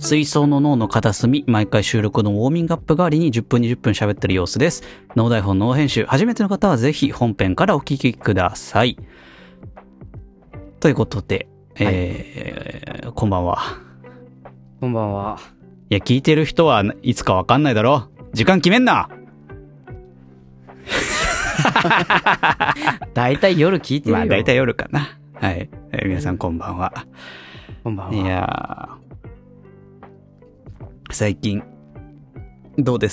水槽の脳の片隅、毎回収録のウォーミングアップ代わりに10分20分喋ってる様子です。脳台本、脳編集、初めての方はぜひ本編からお聞きください。ということで、こんばんは。 こんばんは。 いや、聞いてる人はいつかわかんないだろ。時間決めんな。 だいたい夜聞いてるよ。 まあ、だいたい夜かな。はい。皆さんこんばんは。 こんばんは。 いやー、最近、どうです？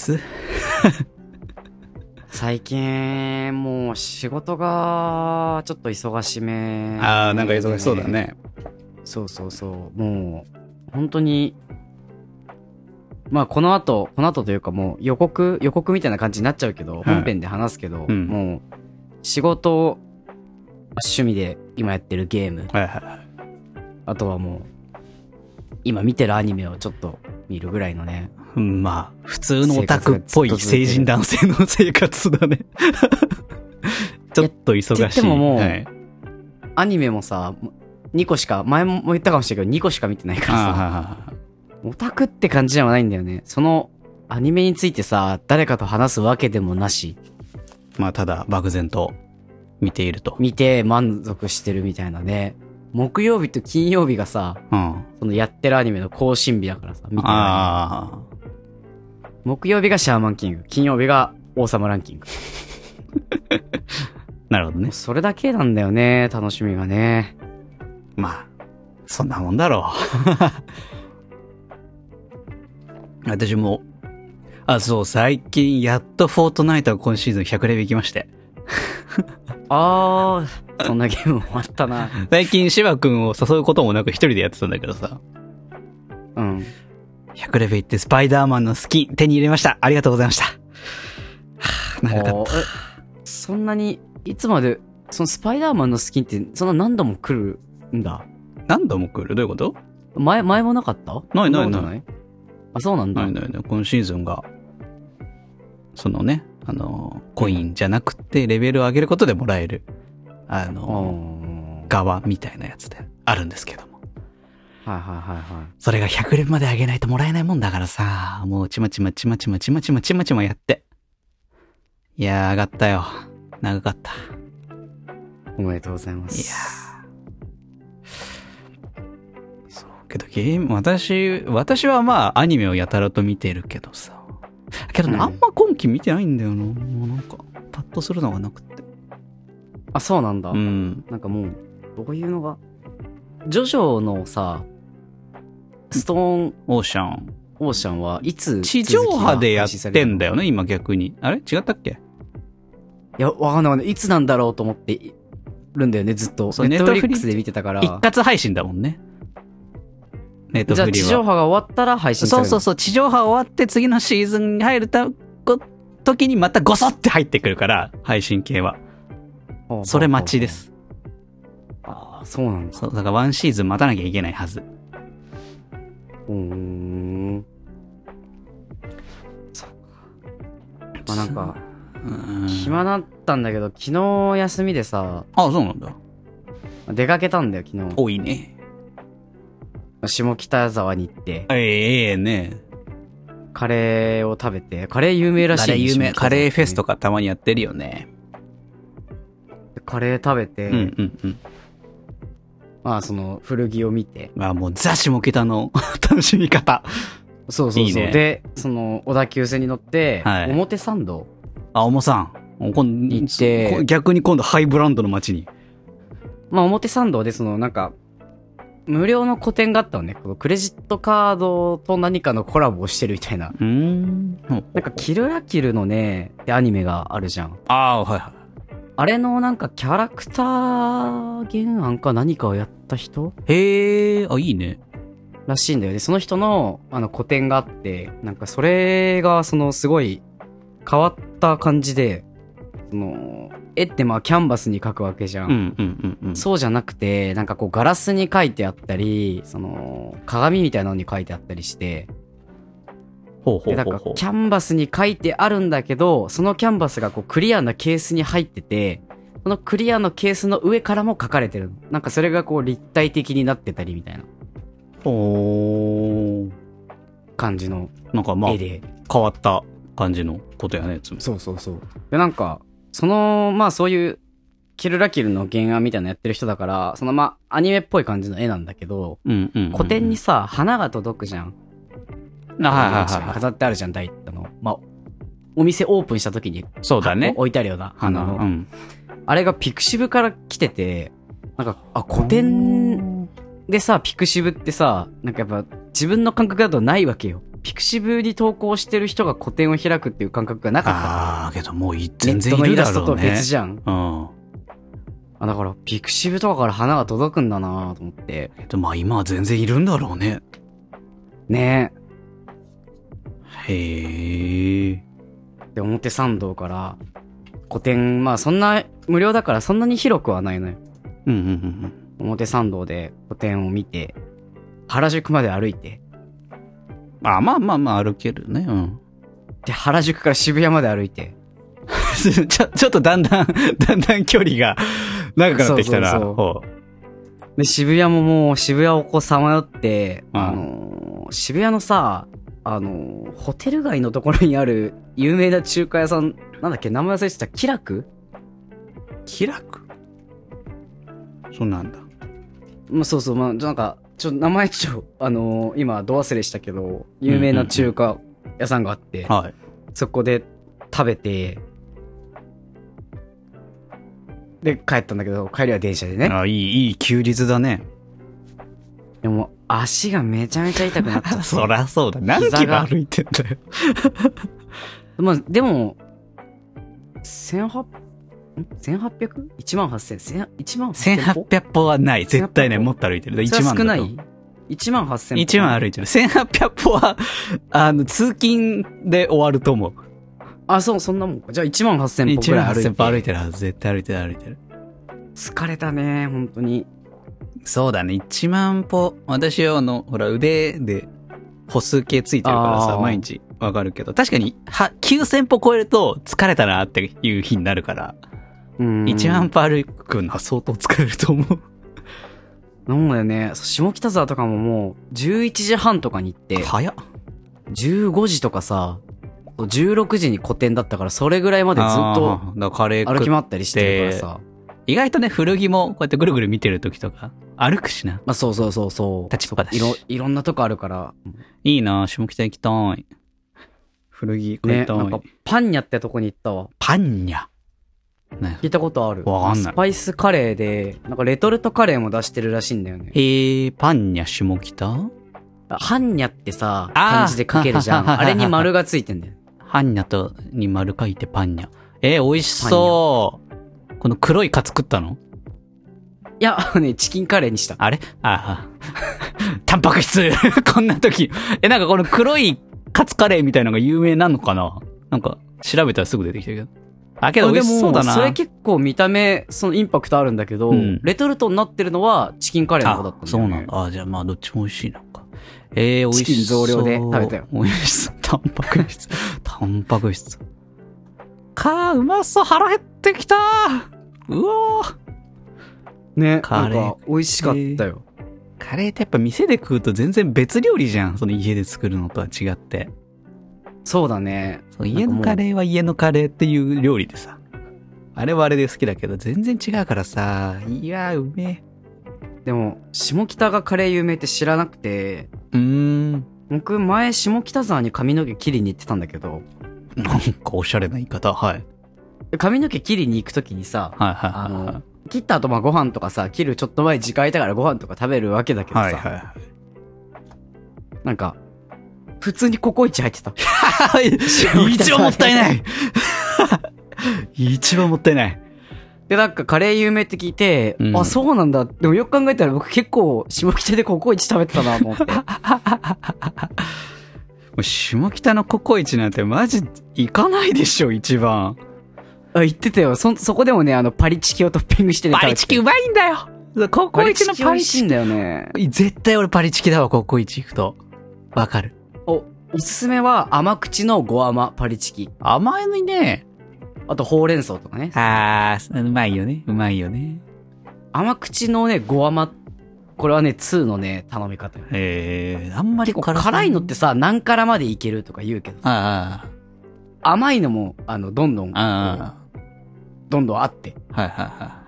最近、もう仕事がちょっと忙しめ。 あー、なんか忙しそうだね。 そうそうそう。もう、本当に、まあこの後というかもう予告みたいな感じになっちゃうけど、本編で話すけど、もう、仕事、趣味で今やってるゲーム。 はいはいはい。 あとはもう、今見てるアニメをちょっと見るぐらいのね。 まあ、普通のオタクっぽい成人男性の生活だね。ちょっと忙しい。 でももう、 はい、 アニメもさ、2個しか、前も言ったかもしれないけど、2個しか見てないからさ、オタクって感じではないんだよね。その、アニメについてさ、誰かと話すわけでもなし。 まあ、ただ、漠然と見ていると。 見て満足してるみたいなね。木曜日と金曜日がさ、そのやってるアニメの更新日だからさ、見てるアニメ。木曜日がシャーマンキング、金曜日が王様ランキング。 なるほどね。 それだけなんだよね、楽しみがね。 まあ、そんなもんだろう。私も、そう、最近やっとフォートナイトが今シーズン100レベル行きまして。 そんなゲームもあったな。 最近芝くんを誘うこともなく一人でやってたんだけどさ。 うん。 100レベル行ってスパイダーマンのスキン手に入れました。ありがとうございました。長かった。 そんなに、いつまで、そのスパイダーマンのスキンってそんな何度も来るんだ。 何度も来る？どういうこと？ 前もなかった？ ない。 あ、そうなんだ。 ない。今シーズンが、そのね、コインじゃなくてレベルを上げることでもらえる、側みたいなやつであるんですけども。 はい。 それが100レベルまで上げないともらえないもんだからさ、もうちまちまやって。いやー、上がったよ。長かった。 おめでとうございます。 いやー。そう、けどゲーム、私はまあアニメをやたらと見てるけどさ。けど、あんま今期見てないんだよな。もうなんか、パッとするのがなくて。 あ、そうなんだ。 うん。 なんかもう、どういうのが、ジョジョのさ、ストーンオーシャンはいつ地上波でやってんだよね、今逆に。あれ違ったっけ？ いや、わかんない。いつなんだろうと思ってるんだよね、ずっと。ネットフリックスで見てたから。 一括配信だもんね。ネットフリは。 じゃあ地上波が終わったら配信される。 そう。地上波終わって次のシーズンに入る時にまたゴソって入ってくるから、配信系は。それ待ちです。 ああ、そうなんだ。 そう、だからワンシーズン待たなきゃいけないはず。 そうか。まあなんか、暇だったんだけど、昨日休みでさ。 あ、そうなんだ。 出かけたんだよ、昨日。 多いね。 下北沢に行って。 ね。 カレーを食べて。カレー有名らしい。 有名。カレーフェスとかたまにやってるよね。 カレー食べて。 うん。 まあその古着を見て。 まあもうザ下北の楽しみ方。 そう。いいね、で、その小田急線に乗って、 はい、 表参道。 表参。 行って。 逆に今度ハイブランドの街に。 まあ表参道でそのなんか、無料の個展があったのね。このクレジットカードと何かのコラボをしてるみたいな。なんかキルラキルのね、アニメがあるじゃん。 はい。 あれのなんかキャラクター原案か何かをやった人？ へー、いいね。 らしいんだよね。その人の個展があって、なんかそれがそのすごい変わった感じで、その絵ってまあキャンバスに描くわけじゃん。そうじゃなくて、なんかこうガラスに描いてあったり、その鏡みたいなのに描いてあったりして、でなんかキャンバスに描いてあるんだけど、そのキャンバスがこうクリアなケースに入ってて、そのクリアのケースの上からも描かれてる。なんかそれがこう立体的になってたりみたいな。 感じのなんかまあ、 絵で。 変わった感じのことやね、つも。 そうそうそう。で、なんか、まあそういう、キルラキルの原案みたいなのやってる人だから、まあ、アニメっぽい感じの絵なんだけど、 うんうん、うん。 古典にさ、花が届くじゃん。 はいはいはい。 飾ってあるじゃん、まあ、お店オープンした時に、 そうだね。 置いてあるような花の。 うん。 あれがピクシブから来てて、なんか、古典でさ、ピクシブってさ、なんかやっぱ自分の感覚だとないわけよ。ピクシブに投稿してる人が個展を開くっていう感覚がなかった。 ああ、けどもう全然いるだろうね。ネットのイラストと別じゃん。 うん。 だから、ピクシブとかから花が届くんだなと思って。 まあ今は全然いるんだろうね。 ねえ。へえ。 で、表参道から個展、まあそんな、無料だからそんなに広くはないのよ。 うんうんうんうん。表参道で個展を見て、原宿まで歩いて。 まあまあまあまあ歩けるね。うん。 で、原宿から渋谷まで歩いて。 ちょっとだんだん距離が長くなってきたな。 で、渋谷ももう渋谷をこうさまよって、渋谷のさ、ホテル街のところにある有名な中華屋さん、なんだっけ、名前忘れてた、気楽そうなんだ。 まあ、そうそう、まあ、なんか、名前今、ど忘れしたけど、有名な中華屋さんがあって、 はい。 そこで食べて、で、帰ったんだけど、帰りは電車でね。 いい休日だね。 でも、足がめちゃめちゃ痛くなっちゃって。 そりゃそうだ。何キロ歩いてんだよ。 まあ、でも、1800?1 万8000。1万 1800歩はない。絶対ね、もっと歩いてる。1万少ない ?1 万8000歩。 1万歩いてる。1800歩は、通勤で終わると思う。 あ、そんなもんか。じゃあ1万8000歩くらい歩いてる。 1万8000歩歩いてるはず。絶対歩いてる。 疲れたね、本当に。 そうだね。1万歩。私はほら、腕で歩数計ついてるからさ、毎日わかるけど。確かに、9000歩超えると疲れたなっていう日になるから。1万歩歩くのは相当疲れると思う。 なんだよね。下北沢とかももう、11時半とかに行って。 早っ。 15時とかさ、16時に個展だったから、それぐらいまでずっと歩き回ったりしてるからさ。 意外とね、古着もこうやってぐるぐる見てる時とか、歩くしな。 まあ、そう。 立ちっぱだし。 いろんなとこあるから。 いいな、下北行きたい。古着買いたい。 なんか、パンニャってとこに行ったわ。 パンニャ聞いたことある。 わかんない。 スパイスカレーで、なんかレトルトカレーも出してるらしいんだよね。 パンニャ下北ハンニャってさ、漢字で書けるじゃん。あれに丸がついてんだよ。 ハンニャに丸書いてパンニャ。美味しそう。この黒いカツ食ったの？ いや、チキンカレーにした。 あれタンパク質こんな時。なんかこの黒いカツカレーみたいなのが有名なのかな？なんか調べたらすぐ出てきたけど。けど美味しそうだな。 それ結構見た目、インパクトあるんだけど、レトルトになってるのはチキンカレーの方だったんだよね。 そうなんだ。じゃあまあどっちも美味しいのか。美味しそう。 チキン増量で食べたよ。 美味しそう。タンパク質。うまそう。腹減ってきた。うわー。 ね、カレー。美味しかったよ。 カレーってやっぱ店で食うと全然別料理じゃん。家で作るのとは違って。 そうだね。 家のカレーは家のカレーっていう料理でさ。あれはあれで好きだけど、全然違うからさ。いやー、うめえ。 でも、下北がカレー有名って知らなくて。僕、前、下北沢に髪の毛切りに行ってたんだけど。 なんかおしゃれな言い方。はい。 髪の毛切りに行くときにさ、切った後ご飯とかさ、切るちょっと前時間空いたからご飯とか食べるわけだけどさ。なんか、普通にココイチ入ってた。 一番もったいない一番もったいない。 で、なんかカレー有名って聞いて、あ、そうなんだ。でもよく考えたら僕結構下北でココイチ食べてたなと思って。 下北のココイチなんてマジ行かないでしょ、一番。 言ってたよ。そこでもね、パリチキをトッピングしてね。 パリチキうまいんだよ。ココイチのパリチキ。 美味しいんだよね。 絶対俺パリチキだわ、ココイチ行くと。わかる。 おすすめは甘口のご甘パリチキ。 甘いね。 あとほうれん草とかね。 うまいよね。 甘口のね、ご甘これはね、2のね、頼み方よ。 あんまり辛いのってさ、何辛までいけるとか言うけどさ、 甘いのも、どんどん、どんどんあって。 はいはいはい。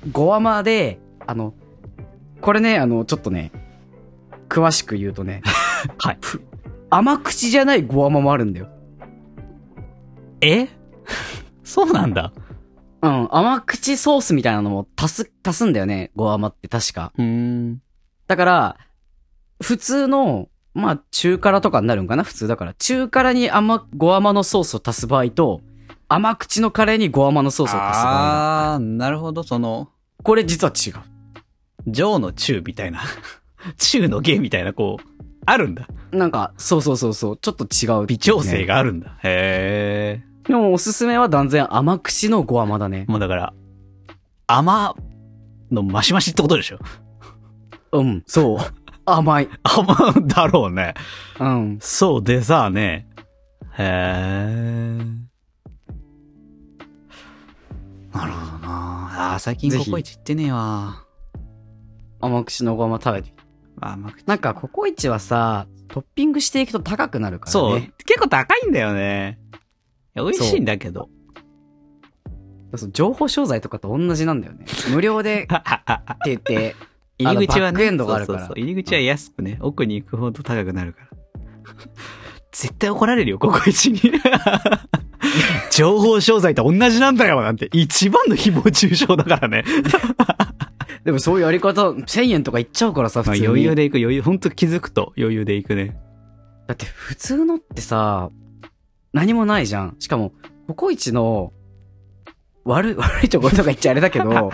5甘で、これね、ちょっとね、詳しく言うとね、 はい。 甘口じゃない5甘もあるんだよ。 そうなんだ。 うん、甘口ソースみたいなのも足すんだよね、5甘って確か。だから、普通の、まあ、中辛とかになるんかな普通だから。中辛に5甘のソースを足す場合と、甘口のカレーに5甘のソースを足す場合。 なるほど、 これ実は違う。 上の中みたいな。中の下みたいな、あるんだ。 なんか、そう。ちょっと違う、ね。 微調整があるんだ。へー。 でもおすすめは断然甘口の5甘だね。 もうだから、甘のマシマシってことでしょ？ うん、そう。甘い。 甘だろうね。 うん。 そうでさね。へー。なるほどな。最近ココイチ行ってねえわ。 甘口の5甘食べて。なんかココイチはさ、トッピングしていくと高くなるからね。 そう。結構高いんだよね。美味しいんだけど。 そう情報商材とかと同じなんだよね。無料でって言って、 入り口はね、 バックエンドがあるから。 そう入り口は安くね、奥に行くほど高くなるから。絶対怒られるよ、ココイチに。情報商材と同じなんだよ、なんて。一番の誹謗中傷だからね。 でもそういうやり方、1000円とかいっちゃうからさ、普通に。 余裕で行く、ほんと気づくと余裕で行くね。 だって普通のってさ、何もないじゃん。しかも、ココイチの、悪いところとか言っちゃあれだけど、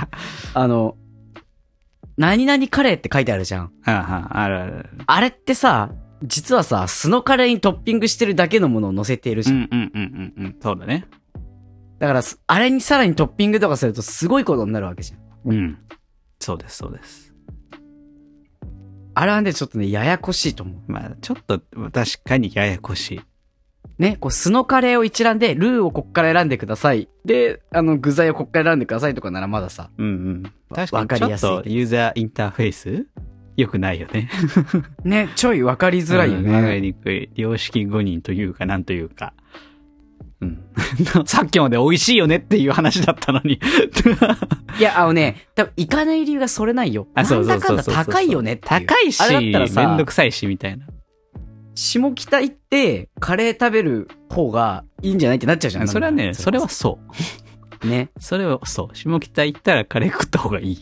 何々カレーって書いてあるじゃん。 ある。 あれってさ、実はさ、素のカレーにトッピングしてるだけのものを乗せているじゃん。 そうだね。 だから、あれにさらにトッピングとかするとすごいことになるわけじゃん。 そうです。 あれはね、ちょっとね、ややこしいと思う。 まあ、ちょっと、確かにややこしい。 ね、素のカレーを一覧で、ルーをこっから選んでください。で、具材をこっから選んでくださいとかならまださ。 確かにちょっとユーザーインターフェース良くないよね。 ね、ちょい分かりづらいよね。 分かりにくい。良識誤認というか、なんというか。さっきまで美味しいよねっていう話だったのに。 いや、多分行かない理由がそれないよ。 そうなんだかんだ高いよねっていう。 高いし、 あれだったらさ、 めんどくさいし、みたいな。 下北行って、カレー食べる方がいいんじゃないってなっちゃうじゃん。 それはね、それはそう。 ね。 それはそう。下北行ったらカレー食った方がいい。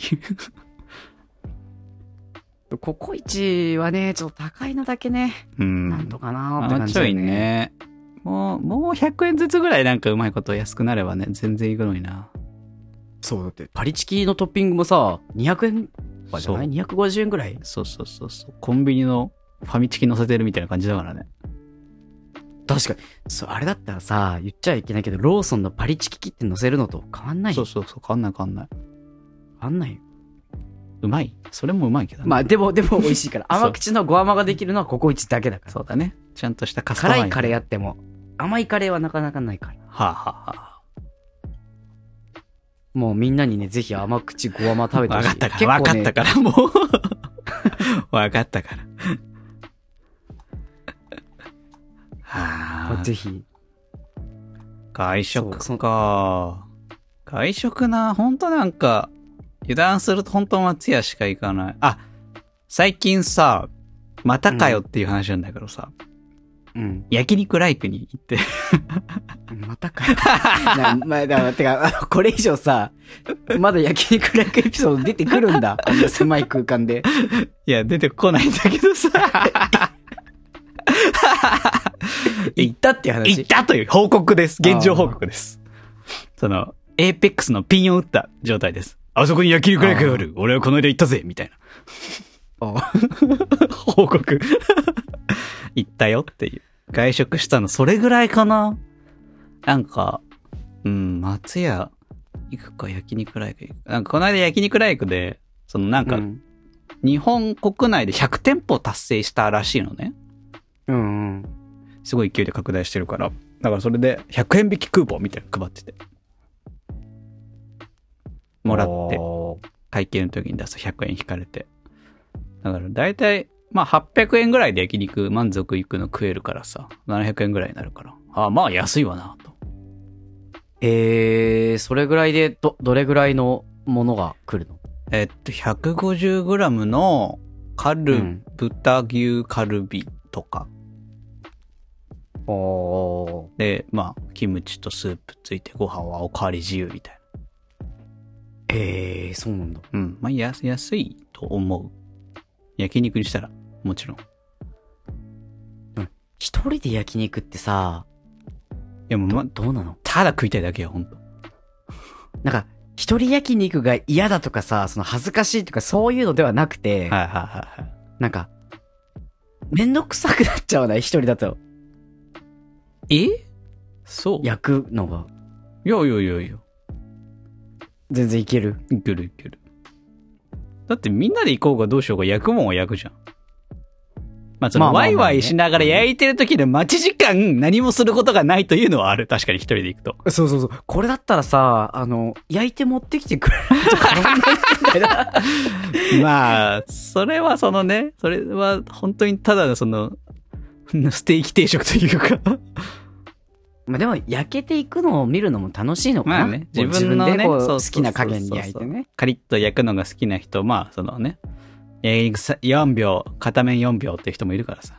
ココイチはね、ちょっと高いのだけね。なんとかなーって感じだよね。 ちょいね。もう100円ずつぐらいなんかうまいこと安くなればね、全然いくのにな。 そう、だってパリチキのトッピングもさ、200円とかじゃない ?250 円ぐらい。 そう。コンビニのファミチキ乗せてるみたいな感じだからね。 確かに。そう、あれだったらさ、言っちゃいけないけど、ローソンのパリチキ切って乗せるのと変わんないよ。 そう、変わんない。 変わんないよ。 うまい。それもうまいけどね。 まあ、でも美味しいから。甘口のご甘ができるのはココイチだけだから。 そうだね。ちゃんとしたカスタマイズ。 辛いカレーやっても、甘いカレーはなかなかないから。もうみんなにね、ぜひ甘口ご甘食べてほしい。 分かったから、もう。分かったから。 ぜひ。 外食か。外食な、ほんとなんか、油断すると本当松屋しか行かない。最近さ、またかよっていう話なんだけどさ。焼肉ライクに行って。 またかよ。てか、これ以上さ、まだ焼肉ライクエピソード出てくるんだ。あんな狭い空間で。 いや、出てこないんだけどさ。 行ったっていう話。 行ったという報告です。現状報告です。エーペックスのピンを打った状態です。あそこに焼肉ライクがある。俺はこの間行ったぜみたいな。報告。行ったよっていう。外食したの、それぐらいかな。なんか、松屋行くか、焼肉ライク行くか。なんかこの間焼肉ライクで、日本国内で100店舗達成したらしいのね。すごい勢いで拡大してるから。だからそれで100円引きクーポンみたいなの配ってて。もらって、会計の時に出す100円引かれて。 だから大体、まあ800円ぐらいで焼肉満足いくの食えるからさ、700円ぐらいになるから。あ、まあ安いわな、と。 それぐらいで、どれぐらいのものが来るの 150g の豚牛カルビとか。で、まあ、キムチとスープついてご飯はおかわり自由みたいな。そうなんだ。 うん。まあ、安いと思う。焼肉にしたら、もちろん。 一人で焼肉ってさ、 いやもうどうなの？ ただ食いたいだけよ、ほんと。 なんか、一人焼肉が嫌だとかさ、その恥ずかしいとかそういうのではなくて、 はいはいはいはい。 なんか、めんどくさくなっちゃわない？一人だと。 そう焼くのが。 いや。 全然いける。 いける。だってみんなで行こうがどうしようが焼くもんは焼くじゃん。まあそのワイワイしながら焼いてる時の待ち時間何もすることがないというのはある。確かに一人で行くと。 そう。これだったらさ、焼いて持ってきてくれるとかまあ、それはそのね、それは本当にただのその、ステーキ定食というか。 まあでも焼けていくのを見るのも楽しいのかな。 まあね、自分のね、 好きな加減に焼いてね。 カリッと焼くのが好きな人、まあそのね、焼肉4秒、片面4秒っていう人もいるからさ。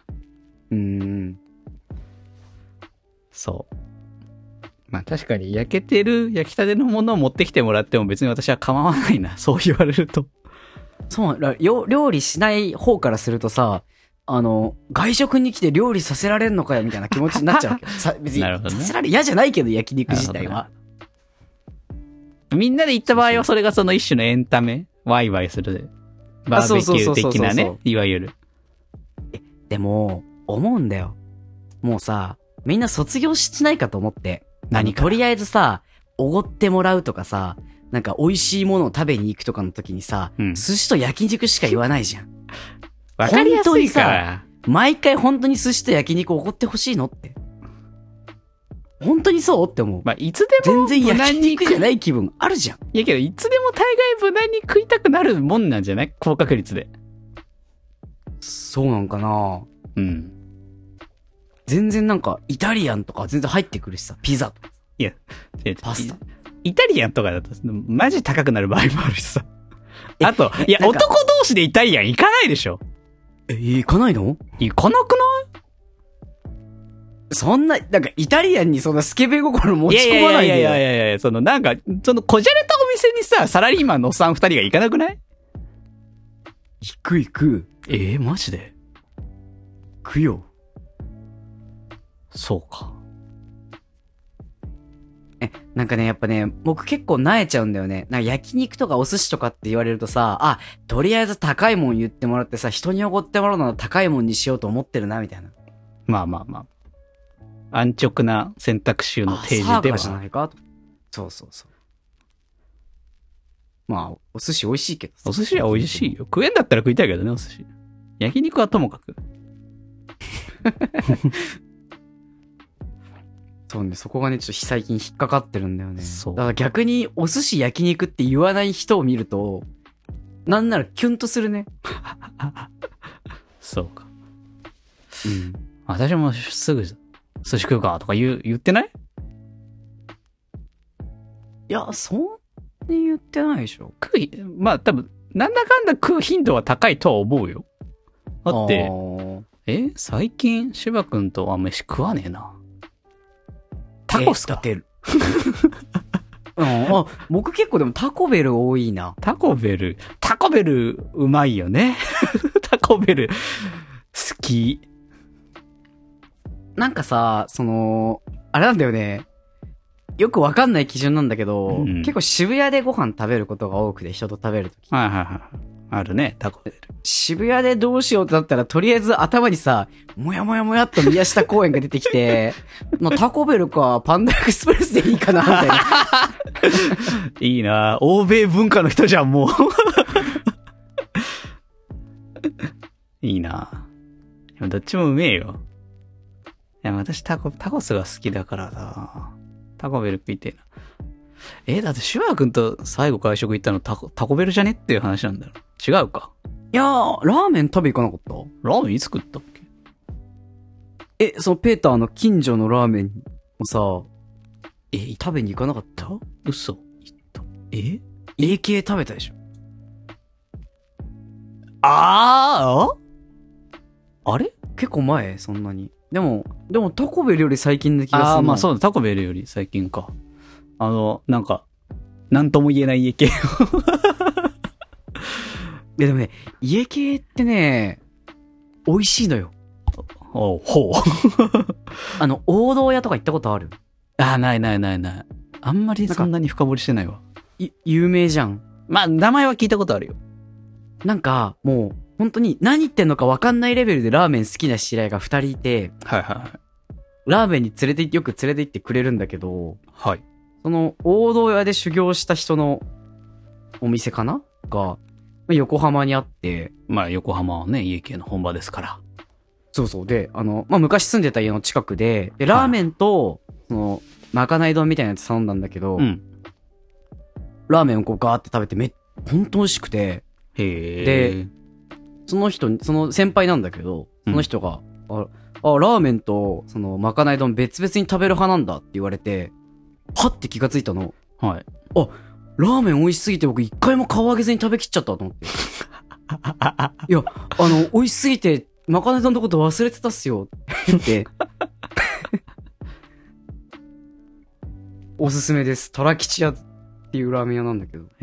そう。まあ確かに焼けてる焼きたてのものを持ってきてもらっても別に私は構わないな。そう言われると。 そう、料理しない方からするとさ、外食に来て料理させられんのかよみたいな気持ちになっちゃうわけど。別にさせられ嫌じゃないけど焼肉自体は。 みんなで行った場合はそれがその一種のエンタメ、ワイワイするバーベキュー的なね、いわゆる。 でも思うんだよ。もうさ、みんな卒業しないかと思って。とりあえずさ、おごってもらうとかさ、なんか美味しいものを食べに行くとかの時にさ、寿司と焼肉しか言わないじゃん。 わかりやすいから。 毎回本当に寿司と焼肉おごってほしいのって。本当にそうって思う。 まあ、いつでも全然焼肉じゃない気分あるじゃん。 いやけど、いつでも大概無難に食いたくなるもんなんじゃない？高確率で。 そうなんかな。 うん。 全然なんか、イタリアンとか全然入ってくるしさ、ピザとか。 いや、 パスタ。 イタリアンとかだと、マジ高くなる場合もあるしさ。あと、いや、男同士でイタリアン行かないでしょ。 行かないの？ 行かなくない？ そんな、なんかイタリアンにそんなスケベ心持ち込まないで。 いや、そのなんか、そのこじゃれたお店にさ、サラリーマンのおっさん二人が行かなくない？ 行く。 マジで？ 行くよ。 そうか。 なんかね、やっぱね、僕結構萎えちゃうんだよね。なんか焼肉とかお寿司とかって言われるとさ、とりあえず高いもん言ってもらってさ、人におごってもらうのは高いもんにしようと思ってるな、みたいな。 まあ。安直な選択肢の提示では。 じゃないかと。そう。まあ、お寿司美味しいけど。 お寿司は美味しいよ。食えんだったら食いたいけどね、お寿司。焼肉はともかく。 そうね、そこがね、ちょっと最近引っかかってるんだよね。 そう。 だから逆にお寿司焼肉って言わない人を見ると、なんならキュンとするね。 そうか。 うん。 私もすぐ寿司食うかとか言ってない？ いや、そんなに言ってないでしょ。 まあ多分、なんだかんだ食う頻度は高いとは思うよ。だって、最近芝くんとは飯食わねえな。タコスか。 僕結構でもタコベル多いな。 タコベルうまいよね。タコベル好き。 なんかさ、あれなんだよね。よくわかんない基準なんだけど、結構渋谷でご飯食べることが多くて、人と食べるとき。 はい。あるね、タコベル。 渋谷でどうしようってなったら、とりあえず頭にさ、もやっと宮下公園が出てきて、タコベルかパンダエクスプレスでいいかな、みたいな。 いいな、欧米文化の人じゃん、もう。いいな。でもどっちもうめえよ。いや、私タコスが好きだからさ。タコベル食いてえな。だってシュワー君と最後外食行ったのタコベルじゃねっていう話なんだよ。違うか。 いやー、ラーメン食べ行かなかったラーメンいつ食ったっけ？ そのペーターの近所のラーメンをさ、食べに行かなかった？ 嘘。行った。 家系食べたでしょ。 あれ結構前そんなに。でもタコベルより最近な気がするな。 まあそうだ、タコベルより最近か。なんか、なんとも言えない家系。 いやでもね、家系ってね、美味しいのよ。 ほう。 王道屋とか行ったことある？ ない。あんまりそんなに深掘りしてないわ。 有名じゃん。 まあ、名前は聞いたことあるよ。 なんか、もう、本当に何言ってんのか分かんないレベルでラーメン好きな知り合いが2人いて、 はい。 ラーメンによく連れて行ってくれるんだけど、 はい。 その王道屋で修行した人のお店かなが、横浜にあって、 まあ、横浜はね、家系の本場ですから。 そう。で、昔住んでた家の近くで、ラーメンと、まかない丼みたいなやつ頼んだんだけど、ラーメンをこうガーって食べてほんと美味しくて、で、その先輩なんだけど、その人が、ラーメンと、まかない丼別々に食べる派なんだって言われて、はって気がついたの。 はい。 ラーメン美味しすぎて僕一回も顔上げずに食べきっちゃったと思って。いや、美味しすぎて、まかない丼のこと忘れてたっすよって。おすすめです。トラ吉屋っていうラーメン屋なんだけど。 う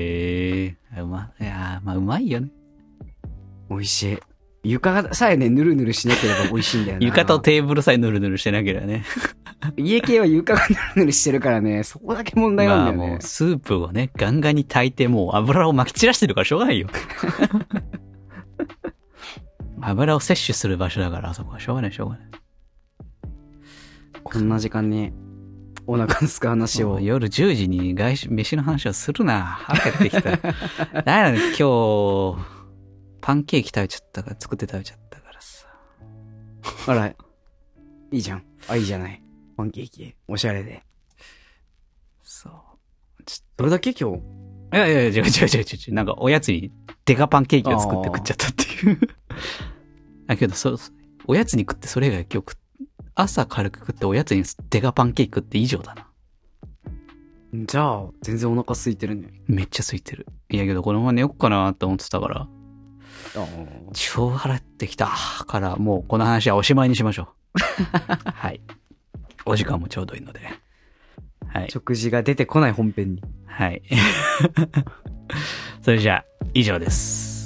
まいよね。 美味しい。床がさえね、ぬるぬるしなければ美味しいんだよな。 床とテーブルさえぬるぬるしてなければね。 家系は床がぬるぬるしてるからね、そこだけ問題なんだよね。 まあもう、スープをね、ガンガンに炊いてもう油を撒き散らしてるからしょうがないよ。油を摂取する場所だから、あそこはしょうがない。 こんな時間に、お腹のすく話を。 夜10時に飯の話をするな。腹減ってきた。だよね、今日、パンケーキ作って食べちゃったからさ。 あら、いいじゃん。いいじゃない。パンケーキ。おしゃれで。 そう。 どれだけ今日？ いや、違う。なんか、おやつにデカパンケーキを作って食っちゃったっていう。けど、おやつに食ってそれ以外今日朝軽く食っておやつにデカパンケーキ食って以上だな。 じゃあ、全然お腹空いてるね。 めっちゃ空いてる。いやけど、このまま寝よっかなって思ってたから。超腹ってきたから、もうこの話はおしまいにしましょう。はい。お時間もちょうどいいので。はい。 食事が出てこない本編に。 はい。それじゃあ、以上です。